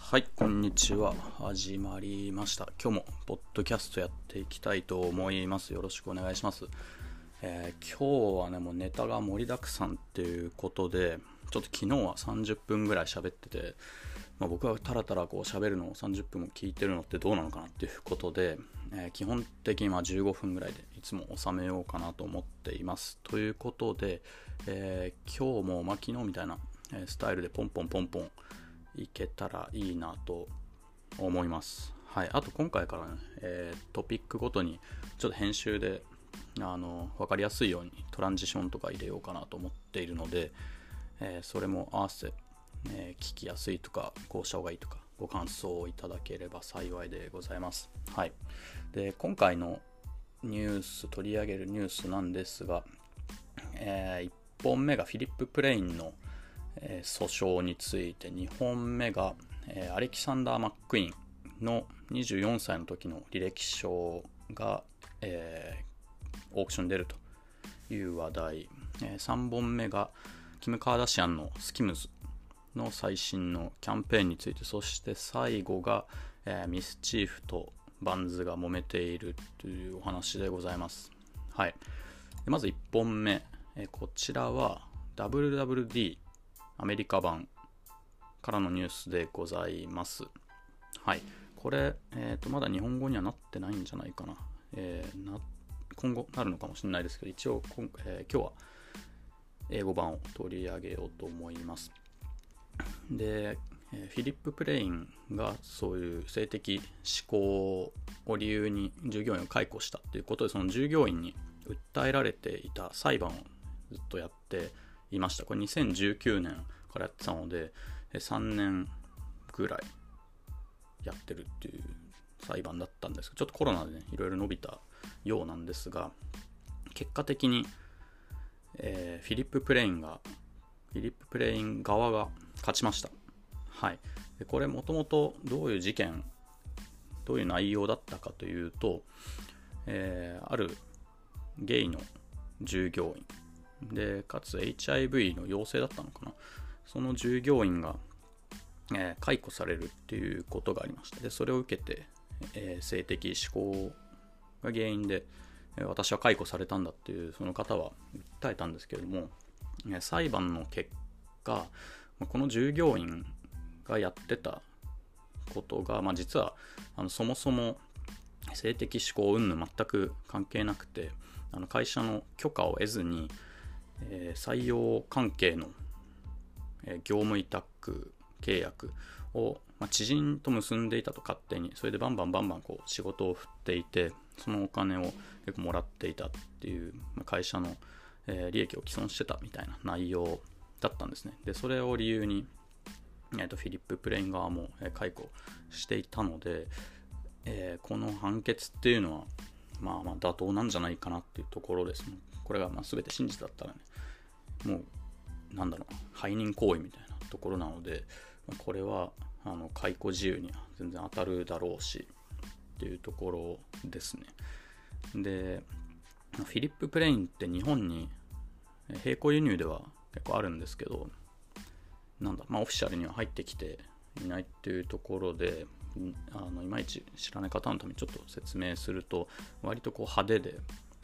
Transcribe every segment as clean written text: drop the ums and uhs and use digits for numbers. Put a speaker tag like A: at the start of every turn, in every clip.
A: はい、こんにちは。始まりました。今日もポッドキャストやっていきたいと思います。よろしくお願いします。今日はね、もうネタが盛りだくさんっていうことで、ちょっと昨日は30分ぐらい喋ってて、僕はタラタラこう喋るのを30分も聞いてるのってどうなのかなっていうことで、基本的に15分ぐらいでいつも収めようかなと思っています。ということで、今日も昨日みたいなスタイルでポンポンいけたらいいなと思います。はい、あと今回からね、トピックごとにちょっと編集で分かりやすいようにトランジションとか入れようかなと思っているので、それも合わせ、聞きやすいとかこうした方がいいとかご感想をいただければ幸いでございます。はい、で今回のニュース取り上げるニュースなんですが、1本目がフィリップ・プレインの訴訟について、2本目が、アレキサンダー・マックイーンの24歳の時の履歴書が、オークションに出るという話題、3本目がキム・カーダシアンのスキムズの最新のキャンペーンについて、そして最後が、ミスチーフとバンズが揉めているというお話でございます。はい、まず1本目、こちらは WWDアメリカ版からのニュースでございます。はい、これ、まだ日本語にはなってないんじゃないかな。今後なるのかもしれないですけど、一応今日は英語版を取り上げようと思います。で、フィリップ・プレインがそういう性的指向を理由に従業員を解雇したということで、その従業員に訴えられていた裁判をずっとやっていました。これ2019年からやってたので3年ぐらいやってるっていう裁判だったんですけど、ちょっとコロナでねいろいろ伸びたようなんですが、結果的に、フィリップ・プレイン側が勝ちました。はい、でこれもともとどういう事件、どういう内容だったかというと、あるゲイの従業員で、かつ HIV の陽性だったのかな、その従業員が、解雇されるっていうことがありました。でそれを受けて、性的指向が原因で、私は解雇されたんだっていうその方は訴えたんですけれども、裁判の結果この従業員がやってたことが、実はそもそも性的指向云々全く関係なくて、会社の許可を得ずに採用関係の業務委託契約を知人と結んでいたと、勝手にそれでバンバンこう仕事を振っていて、そのお金を結構もらっていたっていう、会社の利益を毀損してたみたいな内容だったんですね。でそれを理由にフィリップ・プレイン側も解雇していたので、この判決っていうのは妥当なんじゃないかなっていうところですね。これが全て真実だったらね、もう背任行為みたいなところなので、これは解雇自由には全然当たるだろうしっていうところですね。でフィリップ・プレインって日本に並行輸入では結構あるんですけど、オフィシャルには入ってきていないっていうところで、いまいち知らない方のためにちょっと説明すると、割とこう派手で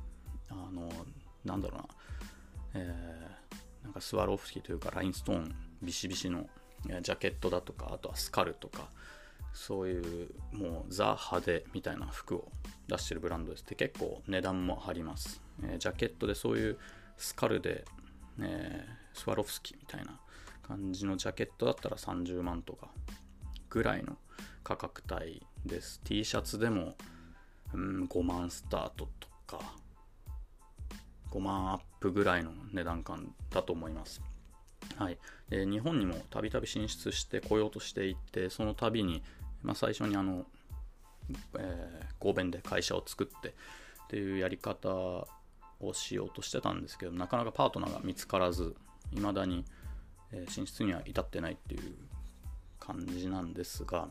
A: スワロフスキーというかラインストーンビシビシのジャケットだとか、あとはスカルとか、そういうもうザ派手みたいな服を出してるブランドです。で結構値段も張ります。ジャケットでそういうスカルで、スワロフスキーみたいな感じのジャケットだったら30万とかぐらいの価格帯です。 T シャツでも、5万スタートとか5万アップぐらいの値段感だと思います。はい、で日本にもたびたび進出してこようとしていて、その度に、最初に合弁で会社を作ってっていうやり方をしようとしてたんですけど、なかなかパートナーが見つからず、未だに進出には至ってないっていう感じなんですが、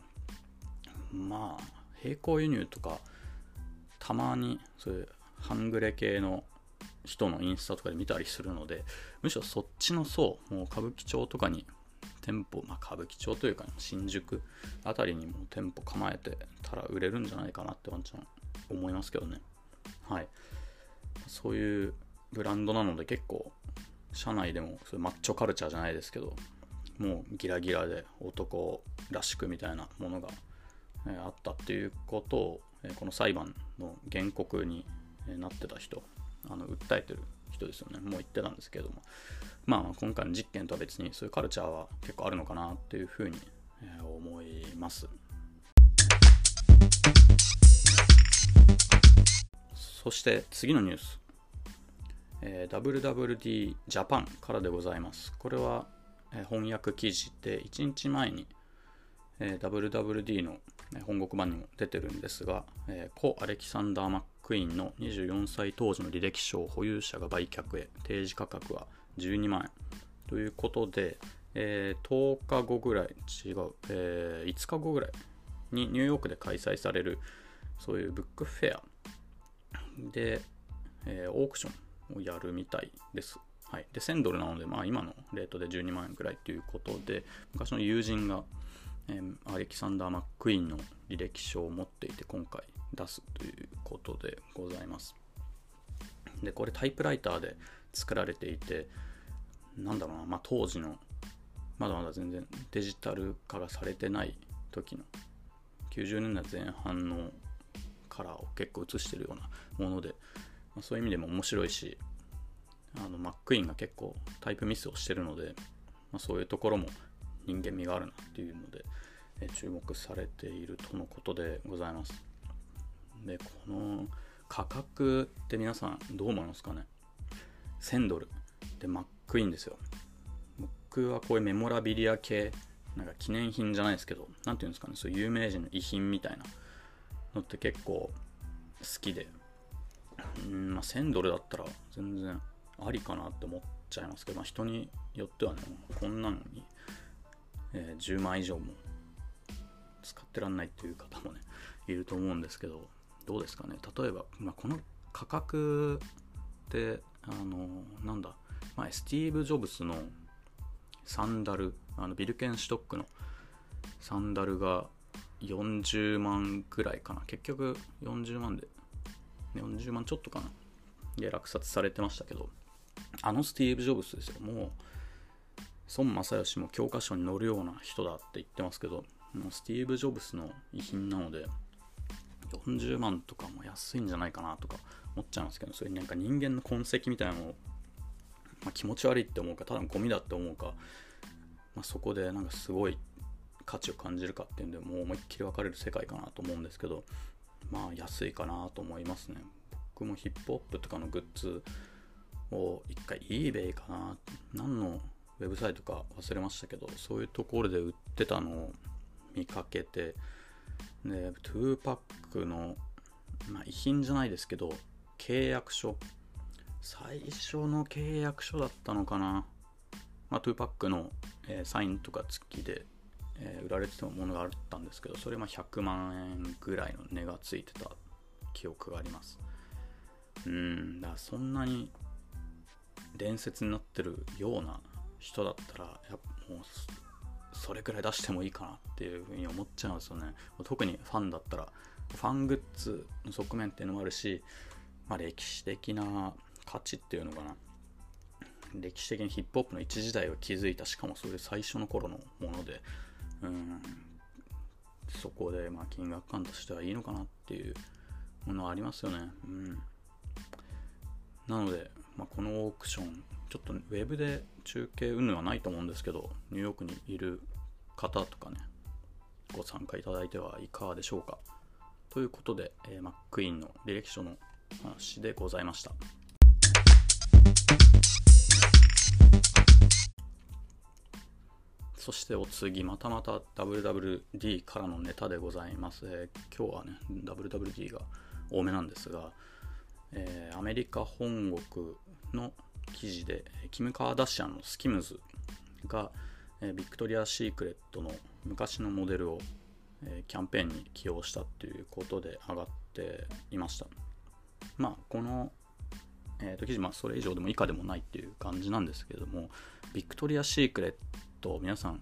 A: 並行輸入とかたまにそういう半グレ系の人のインスタとかで見たりするので、むしろそっちの層、もう歌舞伎町とかに店舗、歌舞伎町というか、新宿あたりにも店舗構えてたら売れるんじゃないかなってワンチャン思いますけどね。はい。そういうブランドなので、結構社内でもそういうマッチョカルチャーじゃないですけど、もうギラギラで男らしくみたいなものがあったっていうことを、この裁判の原告になってた人、訴えてる人ですよね、もう言ってたんですけども、今回の実験とは別にそういうカルチャーは結構あるのかなっていうふうに思います。そして次のニュース、WWD ジャパンからでございます。これは翻訳記事で1日前にWWD の本国版にも出てるんですが、故アレキサンダー・マックイーンの24歳当時の履歴書を保有者が売却へ、提示価格は12万円ということで、10日後ぐらい5日後ぐらいにニューヨークで開催されるそういうブックフェアで、オークションをやるみたいです。はい、で$1000なので、今のレートで12万円くらいということで、昔の友人がアレキサンダー・マックイーンの履歴書を持っていて今回出すということでございます。でこれタイプライターで作られていて、当時のまだまだ全然デジタル化がされてない時の90年代前半のカラーを結構映してるようなもので、そういう意味でも面白いし、マックイーンが結構タイプミスをしてるので、そういうところも人間味があるなっていうので、注目されているとのことでございます。でこの価格って皆さんどう思いますかね。$1000でマックイーンですよ。僕はこういうメモラビリア系、記念品じゃないですけど、なんていうんですかね、そういう有名人の遺品みたいなのって結構好きで、$1000だったら全然ありかなって思っちゃいますけど、人によってはね、こんなのに、10万以上も使ってらんないっていう方もねいると思うんですけど、どうですかね。例えば、この価格ってスティーブ・ジョブスのサンダル、ビルケンシュトックのサンダルが40万くらいかな、結局40万ちょっとかなで落札されてましたけど、スティーブ・ジョブスですよ。もう孫正義も教科書に載るような人だって言ってますけど、もうスティーブ・ジョブスの遺品なので40万とかも安いんじゃないかなとか思っちゃいますけど、そういう人間の痕跡みたいなのを、気持ち悪いって思うか、ただのゴミだって思うか、そこですごい価値を感じるかっていうんで、もう思いっきり分かれる世界かなと思うんですけど、安いかなと思いますね。僕もヒップホップとかのグッズを一回 eBay かな、何のウェブサイトか忘れましたけど、そういうところで売ってたのを見かけて、で2パックの、遺品じゃないですけど契約書、最初の契約書だったのかな、2パックの、サインとか付きで、売られてたものがあったんですけど、それ100万円ぐらいの値がついてた記憶があります。だからそんなに伝説になってるような人だったら、もうそれくらい出してもいいかなっていうふうに思っちゃうんですよね。特にファンだったら、ファングッズの側面っていうのもあるし、歴史的な価値っていうのかな、歴史的にヒップホップの一時代を築いた、しかもそれ最初の頃のもので、そこで金額感としてはいいのかなっていうものはありますよね。なので、このオークションちょっとウェブで中継云々はないと思うんですけど、ニューヨークにいる方とかね、ご参加いただいてはいかがでしょうか。ということで、マックイーンの履歴書の話でございました。そしてお次、また WWD からのネタでございます。今日はね WWD が多めなんですが、アメリカ本国の記事でキム・カーダシアンのスキムズが、ビクトリア・シークレットの昔のモデルを、キャンペーンに起用したということで上がっていました。この、記事、それ以上でも以下でもないっていう感じなんですけれども、ビクトリア・シークレット皆さん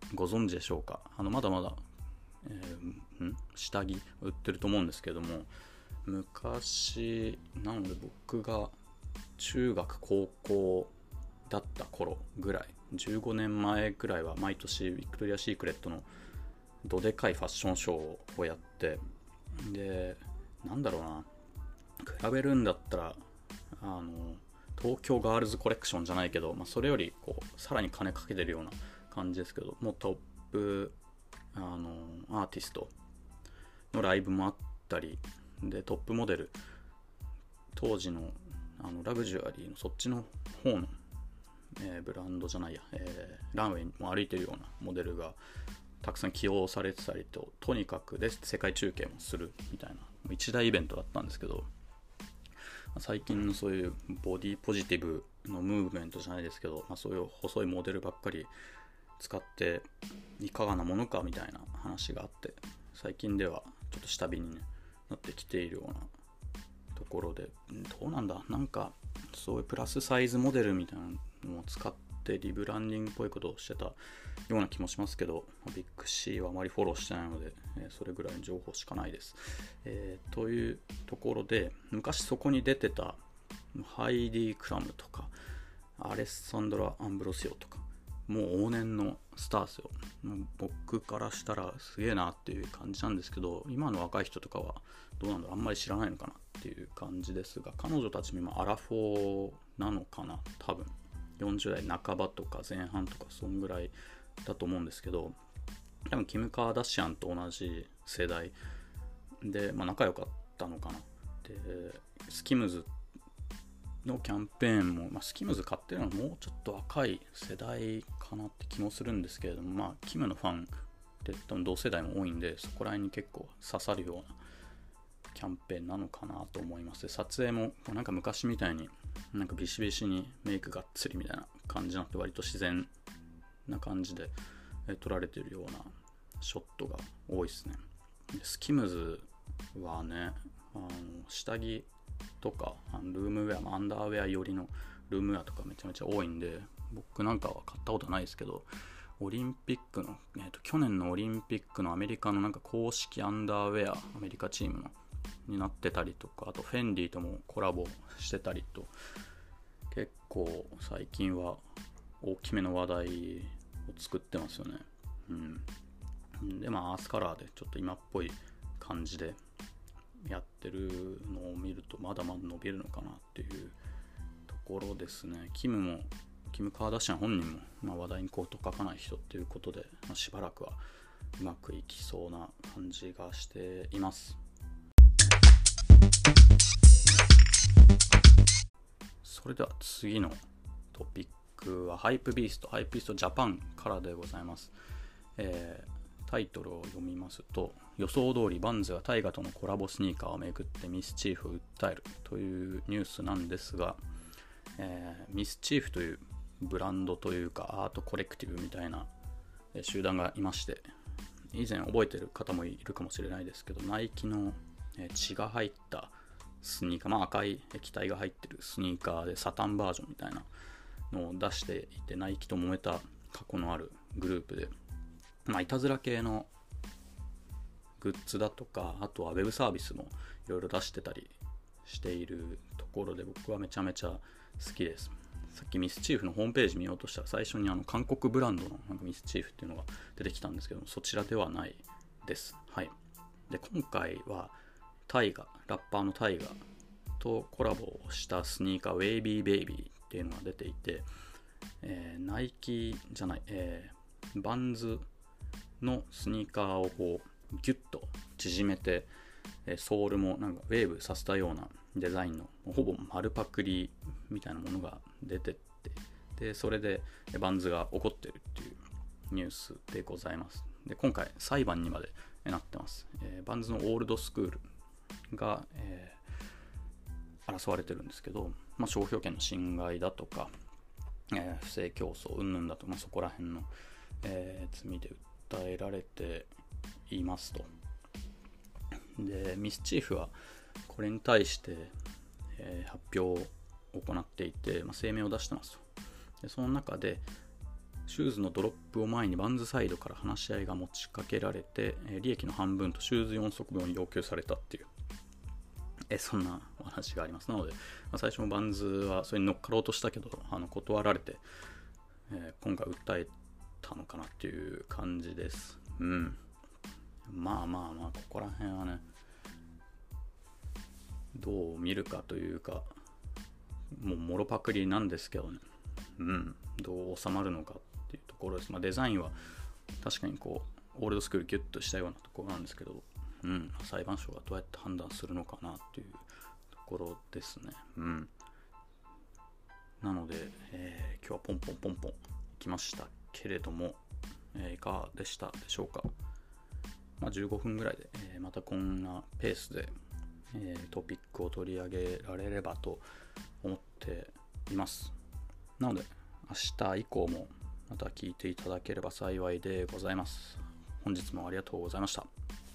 A: ご存知でしょうか。まだまだ、下着売ってると思うんですけども、昔なので僕が中学高校だった頃ぐらい、15年前ぐらいは毎年ビクトリア・シークレットのどでかいファッションショーをやって、でなんだろうな、比べるんだったら東京ガールズコレクションじゃないけど、それよりこうさらに金かけてるような感じですけど、もうトップアーティストのライブもあったりで、トップモデル、当時のラグジュアリーのそっちの方の、ブランドじゃないや、ランウェイも歩いてるようなモデルがたくさん起用されてたりと、とにかくで世界中継もするみたいな一大イベントだったんですけど、最近のそういうボディポジティブのムーブメントじゃないですけど、そういう細いモデルばっかり使っていかがなものかみたいな話があって、最近ではちょっと下火に、なってきているようなところで、どうなんだ、なんかそういうプラスサイズモデルみたいなのを使ってリブランディングっぽいことをしてたような気もしますけど、ビッグ C はあまりフォローしてないので、それぐらいの情報しかないです。というところで、昔そこに出てたハイディ・クラムとかアレッサンドラ・アンブロシオとか、もう往年のスターですよ。僕からしたらすげえなっていう感じなんですけど、今の若い人とかはどうなんだろう、あんまり知らないのかなっていう感じですが、彼女たちも今アラフォーなのかな、多分40代半ばとか前半とかそんぐらいだと思うんですけど、多分キム・カーダシアンと同じ世代で、仲良かったのかな。でスキムズのキャンペーンも、スキムズ買ってるのはもうちょっと若い世代かなって気もするんですけれども、キムのファンって同世代も多いんで、そこら辺に結構刺さるようなキャンペーンなのかなと思います。で撮影もなんか昔みたいになんかビシビシにメイクがっつりみたいな感じになって、割と自然な感じで撮られてるようなショットが多いですね。でスキムズはね、下着とかルームウェア、アンダーウェア寄りのルームウェアとかめちゃめちゃ多いんで、僕なんかは買ったことないですけど、オリンピックの、去年のオリンピックのアメリカのなんか公式アンダーウェア、アメリカチームのになってたりとか、あとフェンディともコラボしてたりと、結構最近は大きめの話題を作ってますよね。でアースカラーでちょっと今っぽい感じでやってるのを見ると、まだまだ伸びるのかなっていうところですね。キムカーダシアン本人も、話題にこと書かない人っていうことで、しばらくはうまくいきそうな感じがしています。それでは次のトピックはハイプビーストジャパンからでございます。タイトルを読みますと、予想通りバンズがタイガとのコラボスニーカーをめぐってミスチーフを訴えるというニュースなんですが、ミスチーフというブランドというかアートコレクティブみたいな集団がいまして、以前覚えてる方もいるかもしれないですけど、ナイキの血が入ったスニーカー、赤い液体が入ってるスニーカーでサタンバージョンみたいなのを出していて、ナイキと揉めた過去のあるグループで、いたずら系のグッズだとか、あとはウェブサービスもいろいろ出してたりしているところで、僕はめちゃめちゃ好きです。さっきミスチーフのホームページ見ようとしたら、最初に韓国ブランドのミスチーフっていうのが出てきたんですけども、そちらではないです。はい。で今回はラッパーのタイガとコラボをしたスニーカー、ウェイビーベイビーっていうのが出ていて、ナイキじゃない、バンズのスニーカーをこうギュッと縮めて、ソールもなんかウェーブさせたようなデザインのほぼ丸パクリみたいなものが出てって、でそれでバンズが怒ってるっていうニュースでございます。で今回裁判にまでなってます。バンズのオールドスクールが、争われてるんですけど、商標権の侵害だとか、不正競争云々だと、そこら辺の、罪で訴えられていますと。でミスチーフはこれに対して、発表を行っていて、声明を出してますと。でその中でシューズのドロップを前にバンズサイドから話し合いが持ちかけられて、利益の半分とシューズ4足分を要求されたっていう、そんなお話があります。なので、最初もバンズはそれに乗っかろうとしたけど断られて、今回訴えたのかなっていう感じです。まあここら辺はね、どう見るかというか、もうもろパクリなんですけどね、どう収まるのかっていうところです。デザインは確かにこうオールドスクールギュッとしたようなところなんですけど、裁判所がどうやって判断するのかなっていうところですね。なので、今日はポンポンいきましたけれども、いかがでしたでしょうか。15分ぐらいで、またこんなペースで、トピックを取り上げられればと思っています。なので明日以降もまた聞いていただければ幸いでございます。本日もありがとうございました。